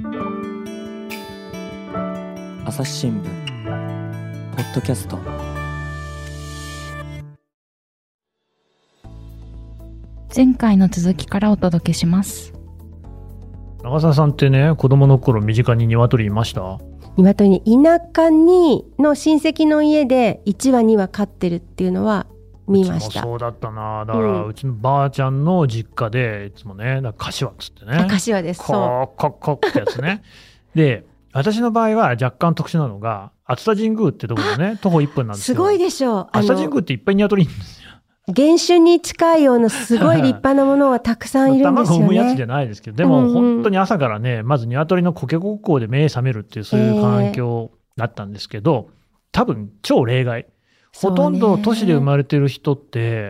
朝日新聞ポッドキャスト。 前回の続きからお届けします。 長澤さんってね、子供の頃身近に鶏いました？ 鶏に田舎にの親戚の家で1羽2羽飼ってるっていうのは見ました。 うちもそうだったな。だから、うちのばあちゃんの実家でいつもね、柏っつってね、 柏です。 コッコッコッってやつねで、私の場合は若干特殊なのが、熱田神宮ってところね、徒歩1分なんですよ。 すごいでしょう。 熱田神宮っていっぱい鶏いるんですよ。 原種に近いようなすごい立派なものがたくさんいるんですよね。 卵産むやつじゃないですけど、でも本当に朝からね、まず鶏のコケコッコーで目覚めるっていう、そういう環境だったんですけど、多分超例外。ほとんど都市で生まれてる人って、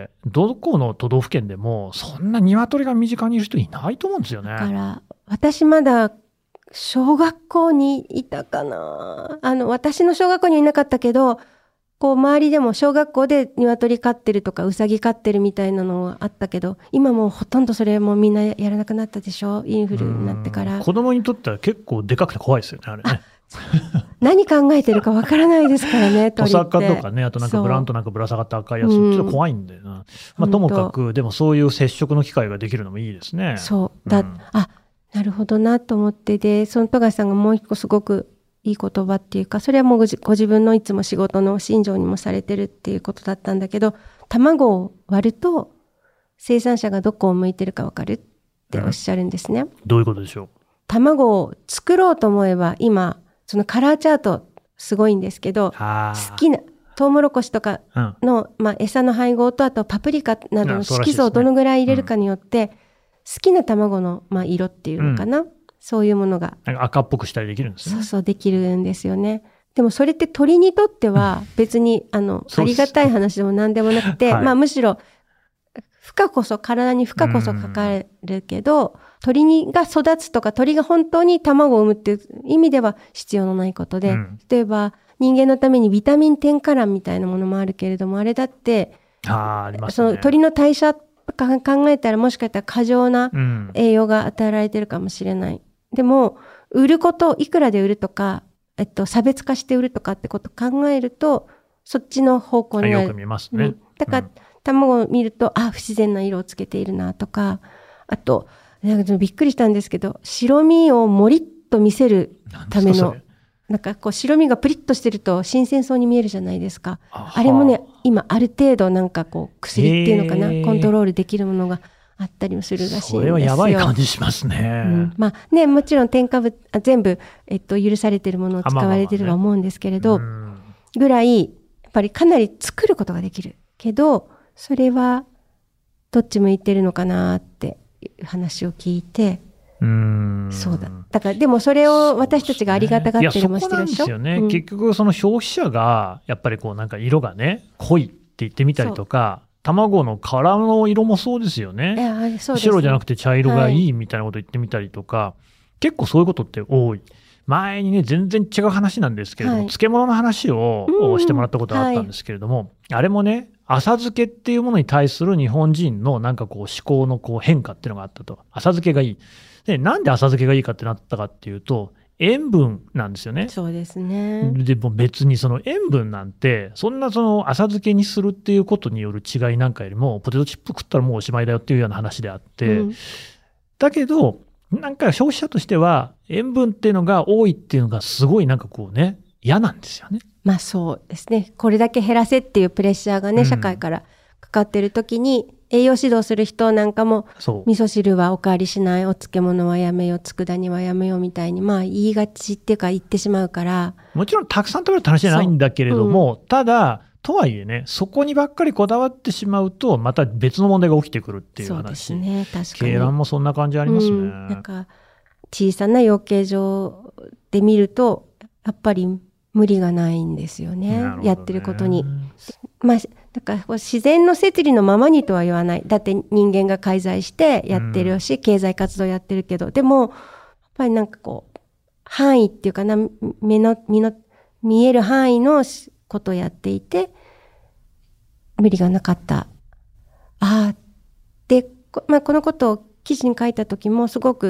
どこの都道府県でも、そんな鶏が身近にいる人いないと思うんですよね。 だから、私まだ小学校にいたかな。私の小学校にはいなかったけど、こう周りでも小学校で鶏飼ってるとかウサギ飼ってるみたいなのはあったけど、今もうほとんどそれもみんなやらなくなったでしょ、インフルになってから。 子供にとっては結構でかくて怖いですよね、あれね。 何考えてるかわからないですからね、鳥って。 トサカとかね、あとなんかブランとなんかぶら下がった赤いやつ、ちょっと怖いんだよな。まあともかく、でもそういう接触の機会ができるのもいいですね。 そう。なるほどなと思って、で、その富樫さんがもう一個すごくいい言葉っていうか、それはもうご自分のいつも仕事の信条にもされてるっていうことだったんだけど、卵を割ると生産者がどこを向いてるかわかるっておっしゃるんですね。 どういうことでしょう？ 卵を作ろうと思えば、今そのカラーチャートすごいんですけど、好きなトウモロコシとかの、餌の配合と、あとパプリカなどの色素をどのぐらい入れるかによって、好きな卵の、色っていうのかな、そういうものがなんか赤っぽくしたりできるんですね。 そうできるんですよね。でもそれって鳥にとっては別にありがたい話でも何でもなくて、むしろ体に負荷こそかかるけど、鳥が育つとか鳥が本当に卵を産むっていう意味では必要のないことで、例えば人間のためにビタミン添加卵みたいなものもあるけれども、あれだってありますね、 その鳥の代謝考えたらもしかしたら過剰な栄養が与えられてるかもしれない。でも売ること、いくらで売るとか、差別化して売るとかってことを考えると、そっちの方向になる。 よく見ますね。 だから、卵を見ると、不自然な色をつけているなとか、あとなんかびっくりしたんですけど、白身をもりっと見せるための、なんかこう白身がプリッとしてると新鮮そうに見えるじゃないですか。あれもね、今ある程度なんかこう薬っていうのかな、コントロールできるものがあったりもするらしいんですよ。 それはやばい感じしますね。 もちろん添加物全部、許されているものを使われているとは思うんですけれど、ぐらいやっぱりかなり作ることができるけど、それはどっち向いてるのかなっていう話を聞いて、そうだ。だからでもそれを私たちがありがたがってるもしてるでしょ。 そこなんですよね。結局その消費者がやっぱりこうなんか色がね濃いって言ってみたりとか、卵の殻の色もそうですよね。白じゃなくて茶色がいいみたいなこと言ってみたりとか、結構そういうことって多い。前にね、全然違う話なんですけれども、漬物の話をしてもらったことがあったんですけれども、あれもね、浅漬けっていうものに対する日本人のなんかこう思考のこう変化っていうのがあったと。浅漬けがいい。で、なんで浅漬けがいいかってなったかっていうと、塩分なんですよね。 そうですね。 でも別にその塩分なんて、そんなその浅漬けにするっていうことによる違いなんかよりも、ポテトチップ食ったらもうおしまいだよっていうような話であって、だけど、なんか消費者としては塩分っていうのが多いっていうのがすごいなんかこうね、嫌なんですよね。 そうですね。これだけ減らせっていうプレッシャーがね、社会からかかってる時に、栄養指導する人なんかも、味噌汁はおかわりしない、お漬物はやめよう、佃煮はやめようみたいに言いがちっていうか言ってしまうから。 もちろんたくさん食べるって話じゃないんだけれども、ただとはいえね、そこにばっかりこだわってしまうとまた別の問題が起きてくるっていう話。 そうですね、確かに。 鶏卵もそんな感じありますね。 なんか小さな養鶏場で見るとやっぱり無理がないんですよね。やってることに。だから自然の摂理のままにとは言わない。だって人間が介在してやってるし、経済活動やってるけど、でもやっぱりなんかこう範囲っていうかな、見える範囲のことをやっていて無理がなかった。で、このことを記事に書いた時もすごく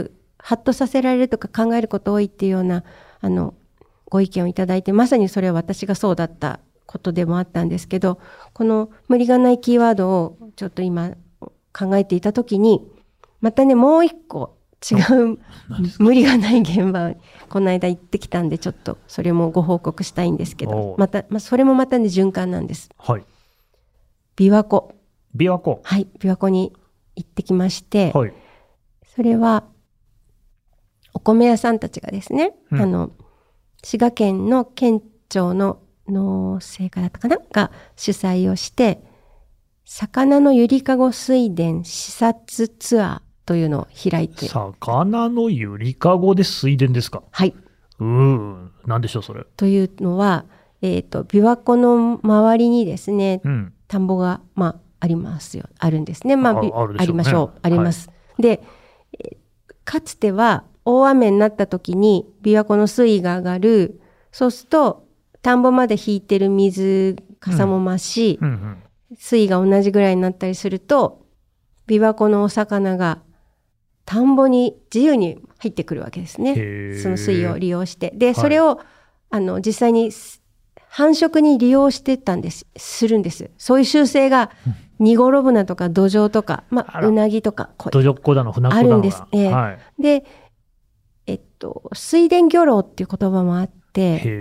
ハッとさせられるとか考えること多いっていうようなご意見をいただいて、まさにそれは私がそうだったことでもあったんですけど、この無理がないキーワードをちょっと今考えていた時に、またね、もう一個違う無理がない現場にこの間行ってきたんで、ちょっとそれもご報告したいんですけど、それもまたね、循環なんです。 はい。 琵琶湖。 琵琶湖。 はい、琵琶湖に行ってきまして、 はい。 それはお米屋さんたちがですね、滋賀県の県庁の農政課だったかなが主催をして、魚のゆりかご水田視察ツアーというのを開いて。 魚のゆりかごで水田ですか？ はい。 なんでしょうそれ。 というのは、琵琶湖の周りにですね、田んぼが、ありますよ。あるんですね。ありましょう。あります。はい、で、かつては大雨になった時に琵琶湖の水位が上がる。そうすると、田んぼまで引いてる水かさも増し、水位が同じぐらいになったりすると、琵琶湖のお魚が田んぼに自由に入ってくるわけですね。その水位を利用して。で、それを、実際に繁殖に利用してたするんです。そういう習性が、ニゴロブナとかドジョウとか、うなぎとか、 ドジョッコだの、船子だの。 あるんです。で、水田漁労っていう言葉もあって、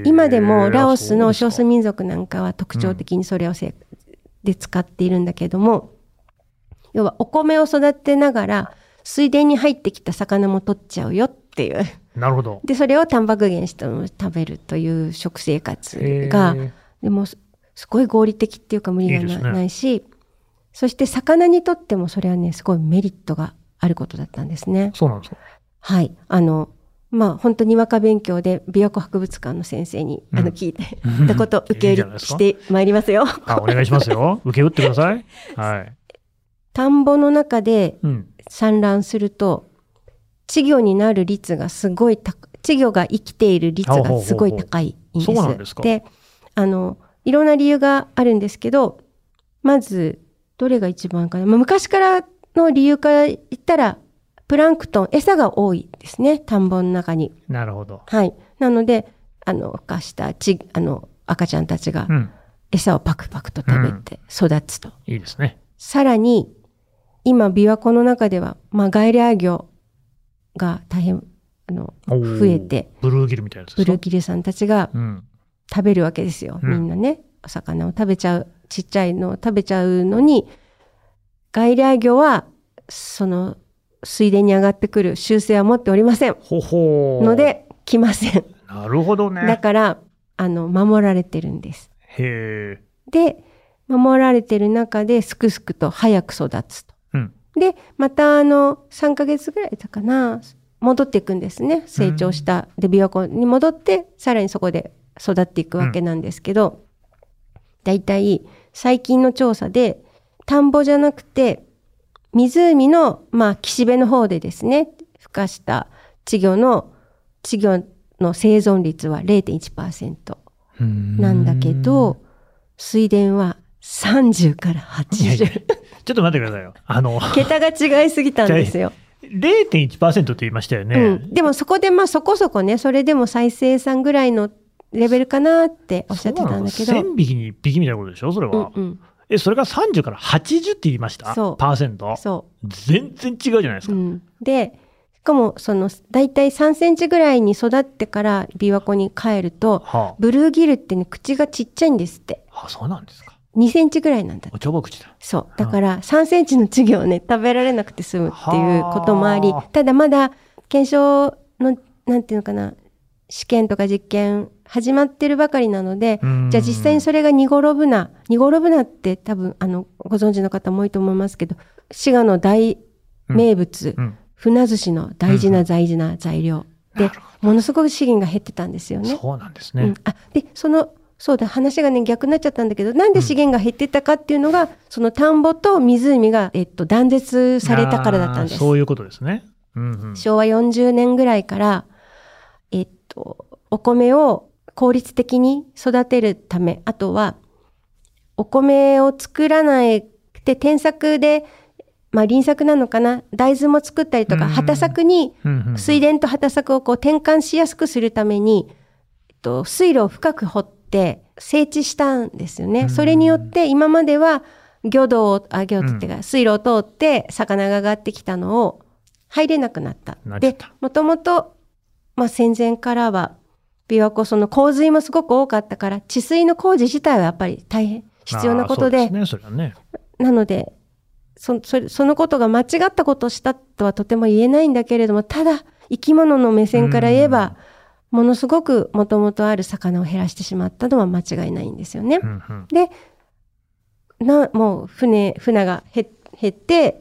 今でもラオスの少数民族なんかは特徴的にそれをで使っているんだけども、要はお米を育てながら水田に入ってきた魚も取っちゃうよっていう。 なるほど。 で、それをタンパク源して食べるという食生活が、でもすごい合理的っていうか無理がないし、そして魚にとってもそれはね、すごいメリットがあることだったんですね。 そうなんですか？ はい。本当にわか勉強で琵琶湖博物館の先生に聞いてたことを受け売りしてまいりますよ。 お願いしますよ。受け売ってください。はい。 田んぼの中で産卵すると、稚魚になる率がすごい稚魚が生きている率がすごい高いんです。 そうなんですか？ で、いろんな理由があるんですけど、まず、どれが一番かな。昔からの理由から言ったら、プランクトン、餌が多いですね、田んぼの中に。 なるほど。 はい。なので、孵化した赤ちゃんたちが、餌をパクパクと食べて育つと。 いいですね。 さらに、今、琵琶湖の中では、外来魚が大変、増えて、 ブルーギルみたいなやつですか？ ブルーギルさんたちが食べるわけですよ。みんなね、お魚を食べちゃう、ちっちゃいのを食べちゃうのに、外来魚は、その、水田に上がってくる習性は持っておりません。ので、来ません。 なるほどね。 だから、守られてるんです。 へー。で、守られてる中で、すくすくと早く育つと。で、また、3ヶ月ぐらいだかな、戻っていくんですね。成長した。で、琵琶湖に戻って、さらにそこで育っていくわけなんですけど、だいたい、最近の調査で、田んぼじゃなくて、湖の、岸辺の方でですね、孵化した稚魚の生存率は 0.1% なんだけど、水田は30から80。 ちょっと待ってくださいよ。 桁が違いすぎたんですよ。 0.1% って言いましたよね。 でもそこでそこそこね、それでも再生産ぐらいのレベルかなっておっしゃってたんだけど。 1000匹に1匹みたいなことでしょそれは。それが30から80って言いました？ そう。 パーセント？ そう。 全然違うじゃないですか。 で、しかもだいたい3センチぐらいに育ってから琵琶湖に帰ると、ブルーギルってね、口がちっちゃいんですって。 そうなんですか。 2センチぐらいなんだって。 おちょぼ口だ。 そう。だから3センチの稚魚をね、食べられなくて済むっていうこともあり、ただまだ検証の、なんていうのかな、試験とか実験始まってるばかりなので、じゃあ実際にそれがニゴロブナって多分ご存知の方も多いと思いますけど、滋賀の大名物、船寿司の大事な材料で、ものすごく資源が減ってたんですよね。 そうなんですね。 でそうだ、話がね逆になっちゃったんだけど、なんで資源が減ってたかっていうのが、その田んぼと湖が断絶されたからだったんです。 そういうことですね。 昭和40年ぐらいからお米を効率的に育てるため、あとはお米を作らないで添削で輪作なのかな、大豆も作ったりとか、畑作に、水田と畑作をこう転換しやすくするために、水路を深く掘って整地したんですよね。それによって今までは魚道っていうか水路を通って魚が上がってきたのを入れなくなった。で、もともと、戦前からは琵琶湖その洪水もすごく多かったから、治水の工事自体はやっぱり大変必要なことで、 そうですね、それはね。 なので、そのことが間違ったことをしたとはとても言えないんだけれども、ただ生き物の目線から言えば、ものすごくもともとある魚を減らしてしまったのは間違いないんですよね。で、もう船が減って、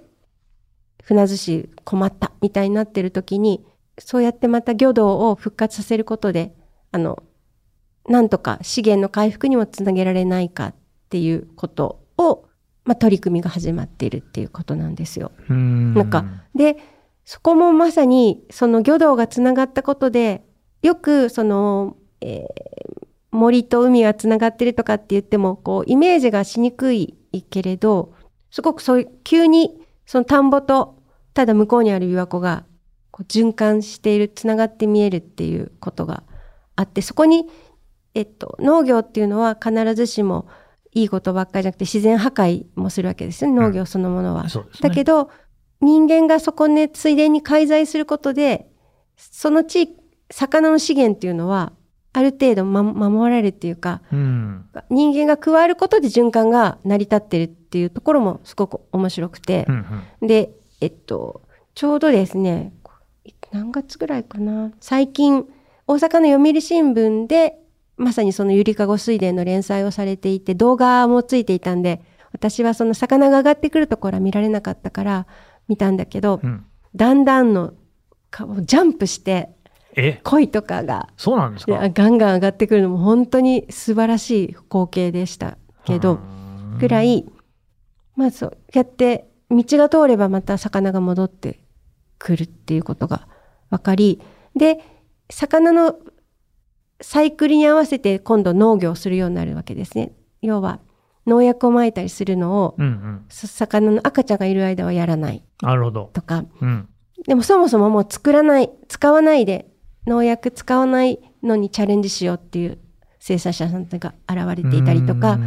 船寿司困ったみたいになってる時に、そうやってまた魚道を復活させることで、なんとか資源の回復にもつなげられないかっていうことを、取り組みが始まっているっていうことなんですよ。で、そこもまさにその魚道がつながったことで、よくその、森と海がつながってるとかって言っても、こうイメージがしにくいけれど、すごくそういう急にその田んぼとただ向こうにある琵琶湖がこう循環している、つながって見えるっていうことがあって、そこに農業っていうのは必ずしもいいことばっかりじゃなくて自然破壊もするわけですよね、農業そのものは。 そうですね。 だけど人間がそこね、水田に介在することで、その地域、魚の資源っていうのはある程度守られるっていうか、人間が加わることで循環が成り立ってるっていうところもすごく面白くて、で、ちょうどですね、何月ぐらいかな、最近大阪の読売新聞でまさにそのゆりかご水田の連載をされていて、動画もついていたんで、私はその魚が上がってくるところは見られなかったから見たんだけど、だんだんのジャンプして鯉とかがそうなんですか、 ガンガン上がってくるのも本当に素晴らしい光景でしたけど、ぐらい、そうやって道が通ればまた魚が戻ってくるっていうことが分かり、で魚のサイクルに合わせて今度農業をするようになるわけですね。要は農薬をまいたりするのを、魚の赤ちゃんがいる間はやらないとか、でもそもそももう使わないで農薬使わないのにチャレンジしようっていう生産者さんが現れていたりとか、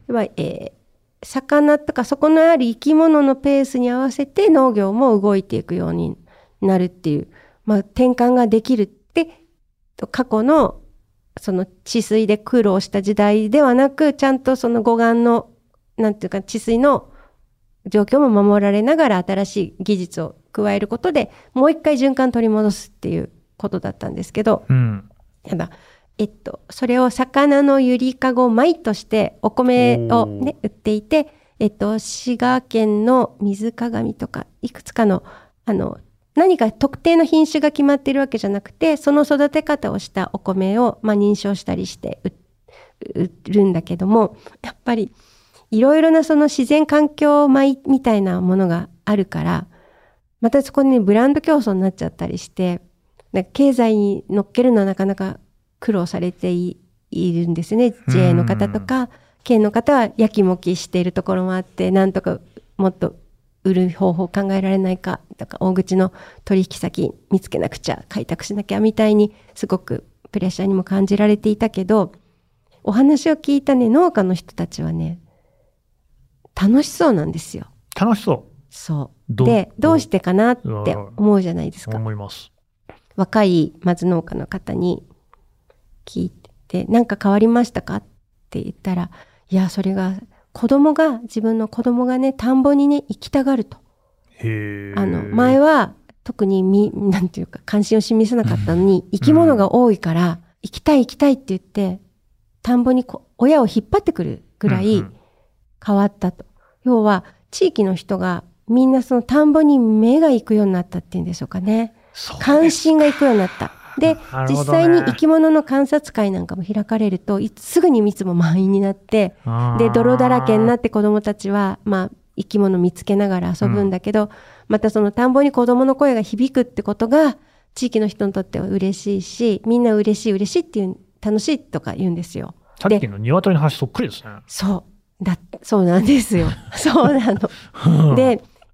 魚とかそこのある生き物のペースに合わせて農業も動いていくようになるっていう、転換ができるって、過去のその治水で苦労した時代ではなく、ちゃんとその護岸の治水の状況も守られながら新しい技術を加えることでもう一回循環取り戻すっていうことだったんですけど、ただそれを魚のゆりかご米としてお米をね売っていて、滋賀県の水鏡とかいくつかの何か特定の品種が決まっているわけじゃなくて、その育て方をしたお米を認証したりして売るんだけども、やっぱりいろいろなその自然環境米みたいなものがあるから、またそこにブランド競争になっちゃったりして、経済に乗っけるのはなかなか苦労されているんですね。JA の方とか県の方はやきもきしているところもあって、なんとかもっと売る方法考えられないかとか、大口の取引先見つけなくちゃ、開拓しなきゃみたいにすごくプレッシャーにも感じられていたけど、お話を聞いたね農家の人たちはね楽しそうなんですよ。 楽しそう。 そうで、どうしてかなって思うじゃないですか。 思います。 若いまず農家の方に聞いて、何か変わりましたかって言ったら、いやそれが自分の子供がね田んぼにね行きたがると。前は特になんていうか関心を示さなかったのに、生き物が多いから行きたいって言って田んぼに親を引っ張ってくるぐらい変わったと。要は地域の人がみんなその田んぼに目が行くようになったっていうんでしょうかね。関心が行くようになった。で、実際に生き物の観察会なんかも開かれると、すぐにいつも満員になって、で、泥だらけになって子供たちは、生き物見つけながら遊ぶんだけど、またその田んぼに子供の声が響くってことが、地域の人にとっては嬉しいし、みんな嬉しいっていう、楽しいとか言うんですよ。 さっきの鶏の話そっくりですね。 そうなんですよ。そうなの。で、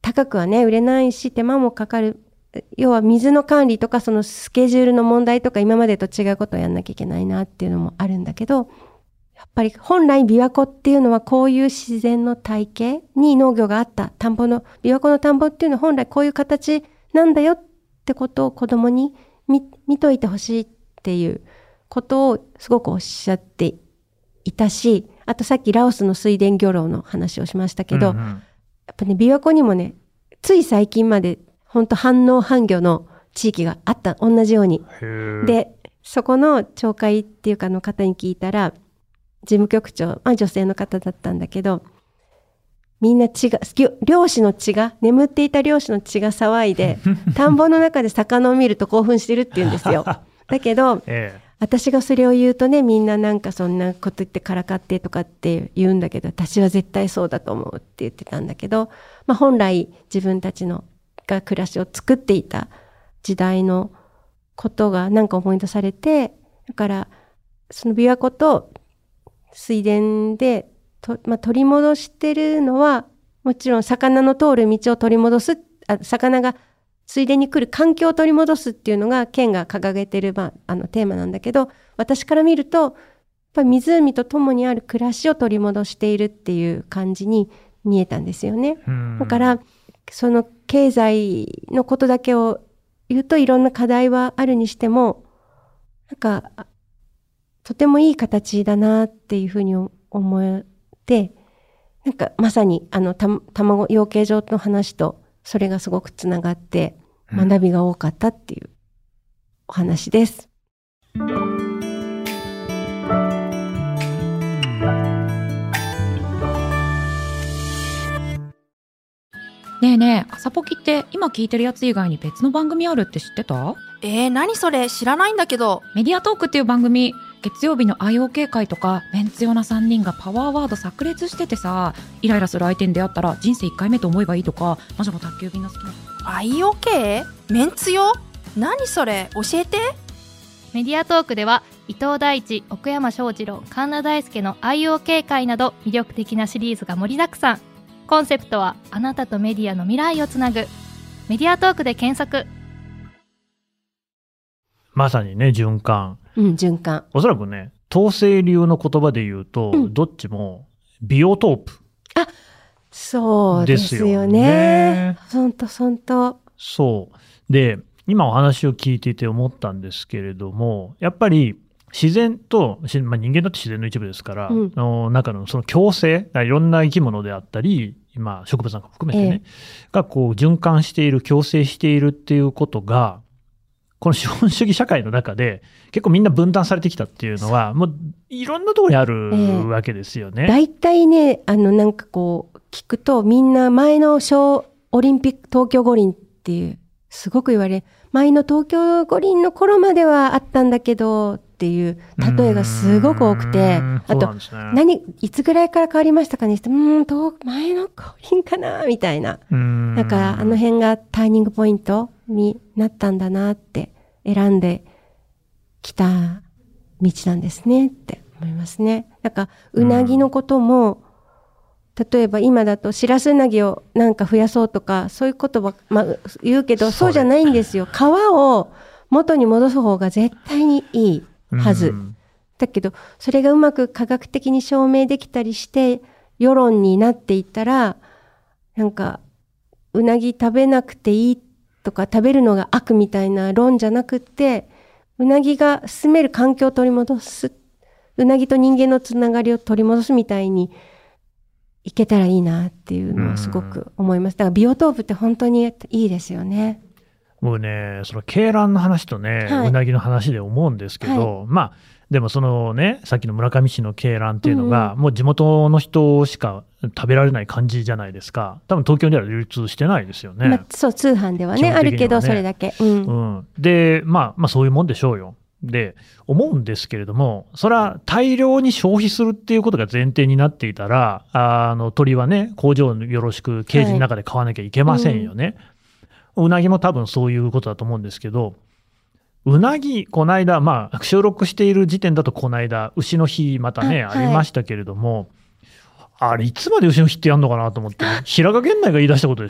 高くはね、売れないし、手間もかかる。要は水の管理とか、そのスケジュールの問題とか、今までと違うことをやんなきゃいけないなっていうのもあるんだけど、やっぱり本来琵琶湖っていうのはこういう自然の体系に農業があった。琵琶湖の田んぼっていうのは本来こういう形なんだよってことを子供に見といてほしいっていうことをすごくおっしゃっていたし、あとさっきラオスの水田漁労の話をしましたけど、やっぱね、琵琶湖にもね、つい最近まで本当半農半漁の地域があった、同じように。で、そこの町会っていうかの方に聞いたら、事務局長、女性の方だったんだけど、みんな漁師の血が、眠っていた漁師の血が騒いで、田んぼの中で魚を見ると興奮してるって言うんですよ。だけど、私がそれを言うとね、みんななんかそんなこと言ってからかってとかって言うんだけど、私は絶対そうだと思うって言ってたんだけど、本来自分たちのが暮らしを作っていた時代のことがなんか思い出されて、だからその琵琶湖と水田で取り戻してるのは、もちろん魚の通る道を取り戻す、魚が水田に来る環境を取り戻すっていうのが県が掲げてる、テーマなんだけど、私から見るとやっぱり湖と共にある暮らしを取り戻しているっていう感じに見えたんですよね。だからその経済のことだけを言うといろんな課題はあるにしても、なんかとてもいい形だなっていうふうに思って、なんかまさに卵養鶏場の話とそれがすごくつながって学びが多かったっていうお話です。 ねえねえ、朝ポキって今聞いてるやつ以外に別の番組あるって知ってた？ 何それ、知らないんだけど。 メディアトークっていう番組、月曜日の IOK 会とかメンツ用な3人がパワーワード炸裂しててさ、イライラする相手に出会ったら人生1回目と思えばいいとか、魔女の宅急便の好きな IOK？ メンツ用？何それ、教えて。 メディアトークでは伊藤大地、奥山翔二郎、神田大輔の IOK 会など魅力的なシリーズが盛りだくさん。コンセプトはあなたとメディアの未来をつなぐ。メディアトークで検索。 まさにね、循環。 循環。 おそらくね、統制流の言葉で言うと、どっちもビオトープ。 そうですよね。本当。 そう。で、今お話を聞いていて思ったんですけれども、やっぱり自然と、人間だって自然の一部ですから、中のその共生、いろんな生き物であったり、植物なんかも含めてね、がこう循環している、共生しているっていうことが、この資本主義社会の中で結構みんな分断されてきたっていうのは、もういろんなところにあるわけですよね。 大体ね、なんかこう聞くと、みんな前のオリンピック東京五輪っていう、すごく言われ、前の東京五輪の頃まではあったんだけどっていう例えがすごく多くて、あと、いつぐらいから変わりましたかね、前の五輪かなみたいな。だからあの辺がターニングポイントになったんだなって、選んできた道なんですねって思いますね。だからうなぎのことも、例えば今だとしらすうなぎをなんか増やそうとか、そういう言葉、言うけど、そうじゃないんですよ。皮を元に戻す方が絶対にいいはず。だけど、それがうまく科学的に証明できたりして、世論になっていったら、なんか、うなぎ食べなくていいとか、食べるのが悪みたいな論じゃなくって、うなぎが住める環境を取り戻す。うなぎと人間のつながりを取り戻すみたいに、いけたらいいなっていうのはすごく思います。だからビオトープって本当にいいですよね。 もうね、その鶏卵の話とね、うなぎの話で思うんですけど、でもそのね、さっきの村上市の鶏卵っていうのが、もう地元の人しか食べられない感じじゃないですか。多分東京では流通してないですよね。 そう、通販ではね、あるけど、それだけ。 で、そういうもんでしょうよ。で、思うんですけれども、それは大量に消費するっていうことが前提になっていたら、鳥はね、工場よろしくケージの中で飼わなきゃいけませんよね。うなぎも多分そういうことだと思うんですけど、うなぎ、この間、収録している時点だとこの間、牛の日またね、ありましたけれども、あれ、いつまで牛の日ってやんのかなと思って、平賀源内が言い出したことでしょ？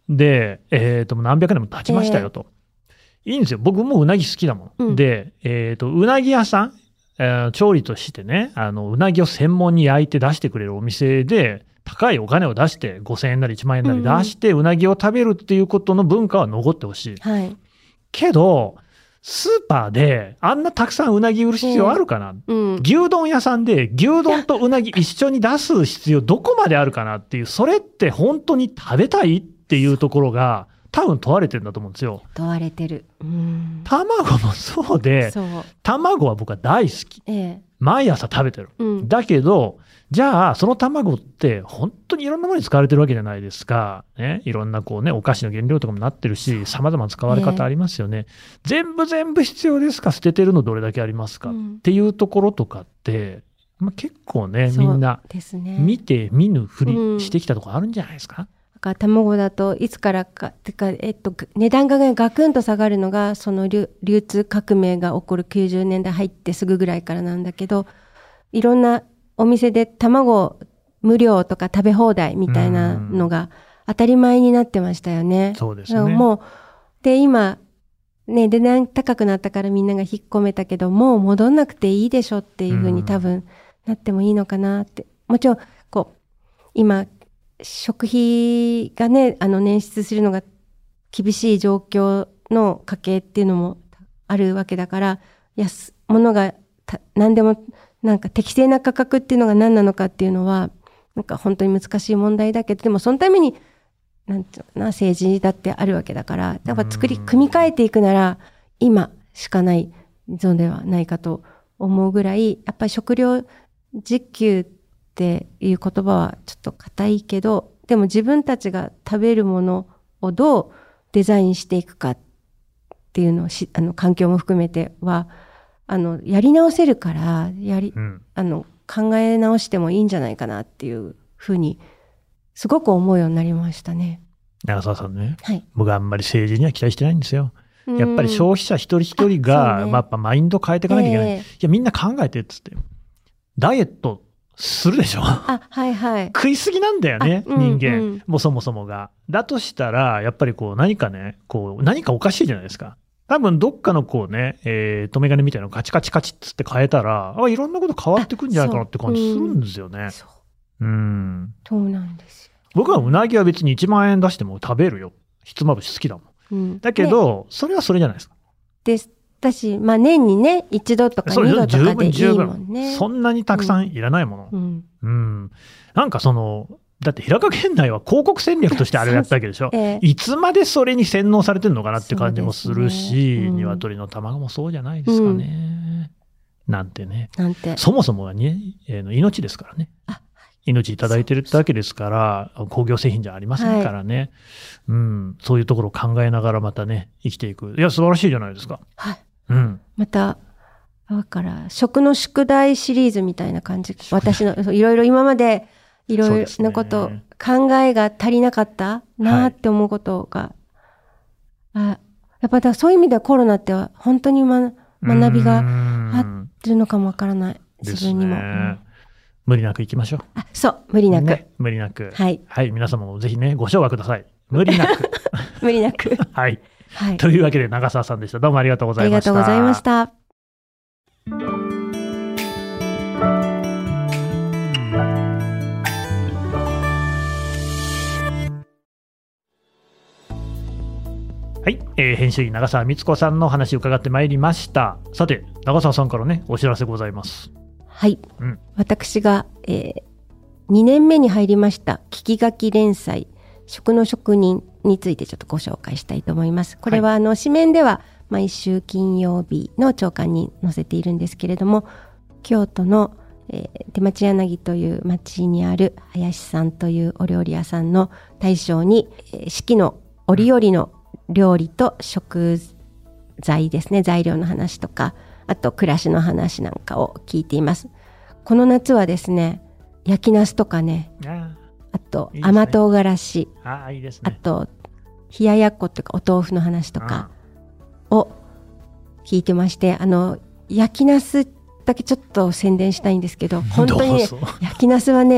で、何百年も経ちましたよと。いいんですよ。僕もうなぎ好きだもん。で、うなぎ屋さん、調理としてね、うなぎを専門に焼いて出してくれるお店で、高いお金を出して、5000円なり1万円なり出して、うなぎを食べるっていうことの文化は残ってほしい。けど、スーパーであんなたくさんうなぎ売る必要あるかな、牛丼屋さんで牛丼とうなぎ一緒に出す必要どこまであるかなっていう、それって本当に食べたいっていうところが多分問われてるんだと思うんですよ。 問われてる。 卵もそうで、卵は僕は大好き。毎朝食べてる。だけど、じゃあその卵って本当にいろんなものに使われてるわけじゃないですか。ね、いろんなこうね、お菓子の原料とかもなってるし、様々な使われ方ありますよね。全部必要ですか、捨ててるのどれだけありますか、っていうところとかって、結構ね、みんな見て見ぬふりしてきたところあるんじゃないですか。 卵だといつからか値段がガクンと下がるのがその流通革命が起こる90年代入ってすぐぐらいからなんだけど、いろんなお店で卵無料とか食べ放題みたいなのが当たり前になってましたよね。 そうですね。 もうで今ね、値段高くなったからみんなが引っ込めたけど、もう戻んなくていいでしょっていうふうに多分なってもいいのかなって。もちろんこう今食費がね、捻出するのが厳しい状況の家計っていうのもあるわけだから、物が何でもなんか適正な価格っていうのが何なのかっていうのはなんか本当に難しい問題だけど、でもそのためになんていうのかな、政治だってあるわけだから、やっぱ組み替えていくなら今しかないのではないかと思うぐらい、やっぱり食料自給っていう言葉はちょっと硬いけど、でも自分たちが食べるものをどうデザインしていくかっていうのを環境も含めてはやり直せるから考え直してもいいんじゃないかなっていうふうにすごく思うようになりましたね。 長澤さんね、僕はあんまり政治には期待してないんですよ。やっぱり消費者一人一人が、やっぱマインド変えていかなきゃいけない。いやみんな考えてっつって、ダイエットするでしょ。食いすぎなんだよね、人間、もうそもそもが。だとしたらやっぱりこう何かおかしいじゃないですか。多分どっかのこうね、留め金みたいなのをカチカチカチっつって変えたら、いろんなこと変わってくんじゃないかなって感じするんですよね。 そうなんですよ。 僕はうなぎは別に1万円出しても食べるよ。ひつまぶし好きだもん。だけど、それはそれじゃないですか。 だし、年にね、1度とか2度とかでいいもんね。 そんなにたくさんいらないもの。なんかだって平賀源内は広告戦略としてあれをやったわけでしょ。いつまでそれに洗脳されてるのかなって感じもするし、鶏の卵もそうじゃないですかね。なんてね。そもそもはね、命ですからね。命いただいてるってわけですから、工業製品じゃありませんからね。そういうところを考えながらまたね、生きていく。いや、素晴らしいじゃないですか。 また、だから、食の宿題シリーズみたいな感じ。私の、いろいろ今まで、いろいろなこと、考えが足りなかったなって思うことが、やっぱそういう意味ではコロナって本当に学びがあってるのかもわからない。自分にも。 無理なく行きましょう。 そう、無理なく。 無理なく。はい。皆様もぜひね、ご唱和ください。無理なく。 無理なく。 はい。というわけで、長澤さんでした。どうもありがとうございました。 ありがとうございました。 はい、編集員長澤光子さんの話を伺ってまいりました。さて、長澤さんからね、お知らせございます。 はい、私が、2年目に入りました聞き書き連載食の職人についてちょっとご紹介したいと思います。これは紙面では毎週金曜日の朝刊に載せているんですけれども、京都の、出町柳という町にある林さんというお料理屋さんの大将に、四季の折々の料理と食材ですね、材料の話とか、あと暮らしの話なんかを聞いています。この夏はですね、焼きナスとかね、あと甘唐辛子、あと冷ややっことかお豆腐の話とかを聞いてまして、焼きナスだけちょっと宣伝したいんですけど、本当に、ね、焼きナスはね、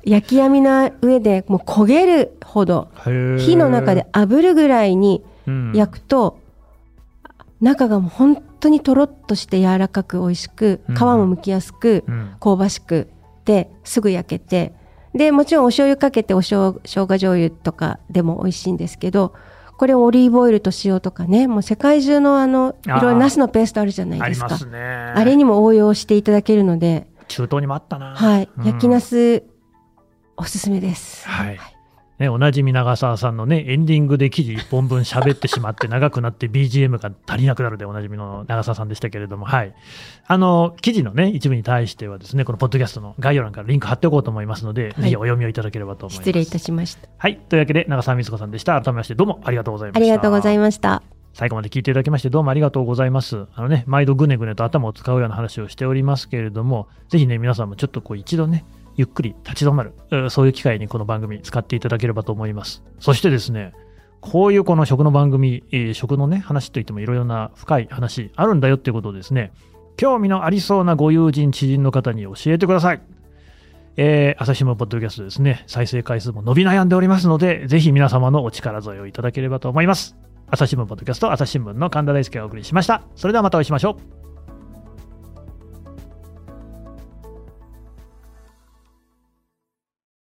焼き網の上でもう焦げるほど火の中で炙るぐらいに焼くと、中がもう本当にとろっとして柔らかく美味しく、皮も剥きやすく、香ばしくですぐ焼けて、でもちろんお醤油かけて生姜醤油とかでも美味しいんですけど、これオリーブオイルと塩とかね、もう世界中のいろいろナスのペーストあるじゃないですか。 ありますね。あれにも応用していただけるので、 中東にもあったな。 はい、焼きナスおすすめです。 はい、ね、おなじみ長澤さんのね、エンディングで記事1本分喋ってしまって長くなって BGM が足りなくなるでおなじみの長澤さんでしたけれども、はい、記事のね一部に対してはですね、このポッドキャストの概要欄からリンク貼っておこうと思いますので、ぜひお読みをいただければと思います。 失礼いたしました。 はい、というわけで長澤光子さんでした。改めましてどうもありがとうございました。 ありがとうございました。 最後まで聞いていただきましてどうもありがとうございます。毎度ぐねぐねと頭を使うような話をしておりますけれども、ぜひね皆さんもちょっと一度ねゆっくり立ち止まる、そういう機会にこの番組使っていただければと思います。そしてですね、こういうこの食の番組、食のね話といってもいろいろな深い話あるんだよっていうことをですね、興味のありそうなご友人知人の方に教えてください。朝日新聞ポッドキャストですね、再生回数も伸び悩んでおりますので、ぜひ皆様のお力添えをいただければと思います。朝日新聞ポッドキャスト、朝日新聞の神田大輔がお送りしました。それではまたお会いしましょう。